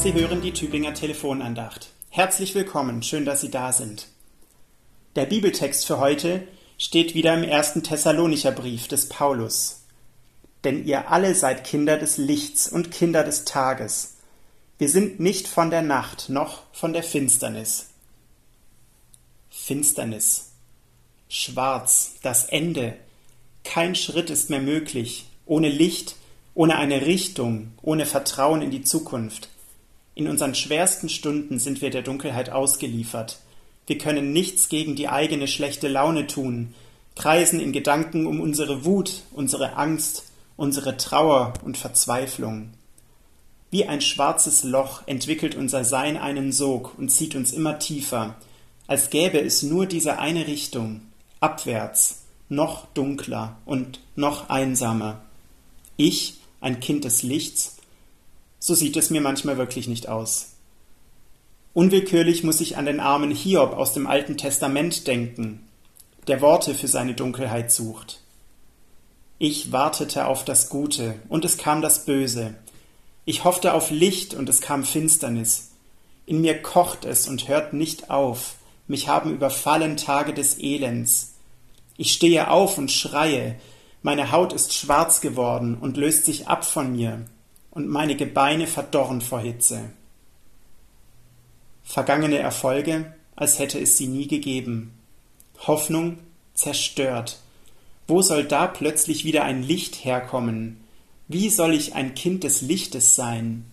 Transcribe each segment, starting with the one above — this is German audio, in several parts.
Sie hören die Tübinger Telefonandacht. Herzlich willkommen, schön, dass Sie da sind. Der Bibeltext für heute steht wieder im 1. Thessalonicher Brief des Paulus. Denn ihr alle seid Kinder des Lichts und Kinder des Tages. Wir sind nicht von der Nacht noch von der Finsternis. Finsternis. Schwarz, das Ende. Kein Schritt ist mehr möglich, ohne Licht, ohne eine Richtung, ohne Vertrauen in die Zukunft. In unseren schwersten Stunden sind wir der Dunkelheit ausgeliefert. Wir können nichts gegen die eigene schlechte Laune tun, kreisen in Gedanken um unsere Wut, unsere Angst, unsere Trauer und Verzweiflung. Wie ein schwarzes Loch entwickelt unser Sein einen Sog und zieht uns immer tiefer, als gäbe es nur diese eine Richtung, abwärts, noch dunkler und noch einsamer. Ich, ein Kind des Lichts, so sieht es mir manchmal wirklich nicht aus. Unwillkürlich muss ich an den armen Hiob aus dem Alten Testament denken, der Worte für seine Dunkelheit sucht. Ich wartete auf das Gute, und es kam das Böse. Ich hoffte auf Licht, und es kam Finsternis. In mir kocht es und hört nicht auf. Mich haben überfallen Tage des Elends. Ich stehe auf und schreie. Meine Haut ist schwarz geworden und löst sich ab von mir, und meine Gebeine verdorren vor Hitze. Vergangene Erfolge, als hätte es sie nie gegeben. Hoffnung zerstört. Wo soll da plötzlich wieder ein Licht herkommen? Wie soll ich ein Kind des Lichtes sein?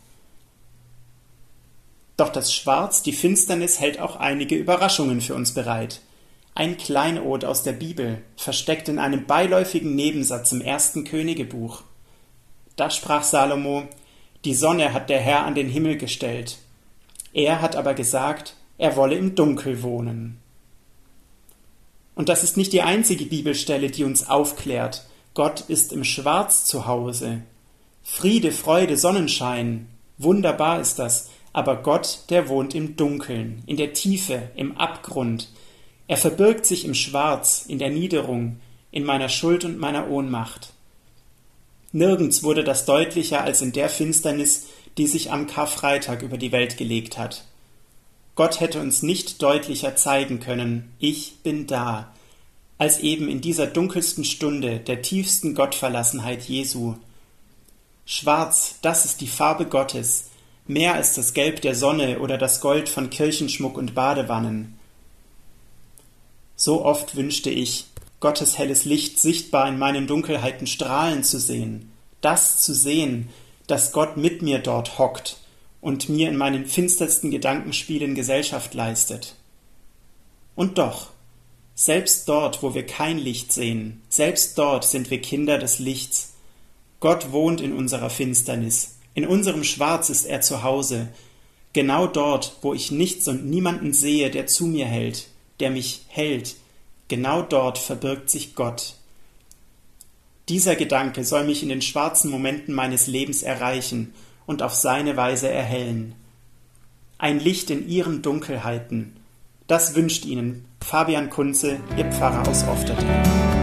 Doch das Schwarz, die Finsternis, hält auch einige Überraschungen für uns bereit. Ein Kleinod aus der Bibel, versteckt in einem beiläufigen Nebensatz im 1. Königebuch. Da sprach Salomo: Die Sonne hat der Herr an den Himmel gestellt. Er hat aber gesagt, er wolle im Dunkel wohnen. Und das ist nicht die einzige Bibelstelle, die uns aufklärt. Gott ist im Schwarz zu Hause. Friede, Freude, Sonnenschein. Wunderbar ist das. Aber Gott, der wohnt im Dunkeln, in der Tiefe, im Abgrund. Er verbirgt sich im Schwarz, in der Niederung, in meiner Schuld und meiner Ohnmacht. Nirgends wurde das deutlicher als in der Finsternis, die sich am Karfreitag über die Welt gelegt hat. Gott hätte uns nicht deutlicher zeigen können, ich bin da, als eben in dieser dunkelsten Stunde der tiefsten Gottverlassenheit Jesu. Schwarz, das ist die Farbe Gottes, mehr als das Gelb der Sonne oder das Gold von Kirchenschmuck und Badewannen. So oft wünschte ich, Gottes helles Licht sichtbar in meinen Dunkelheiten strahlen zu sehen, das zu sehen, dass Gott mit mir dort hockt und mir in meinen finstersten Gedankenspielen Gesellschaft leistet. Und doch, selbst dort, wo wir kein Licht sehen, selbst dort sind wir Kinder des Lichts. Gott wohnt in unserer Finsternis, in unserem Schwarz ist er zu Hause, genau dort, wo ich nichts und niemanden sehe, der zu mir hält, der mich hält, genau dort verbirgt sich Gott. Dieser Gedanke soll mich in den schwarzen Momenten meines Lebens erreichen und auf seine Weise erhellen. Ein Licht in Ihren Dunkelheiten, das wünscht Ihnen Fabian Kunze, Ihr Pfarrer aus Ofterten.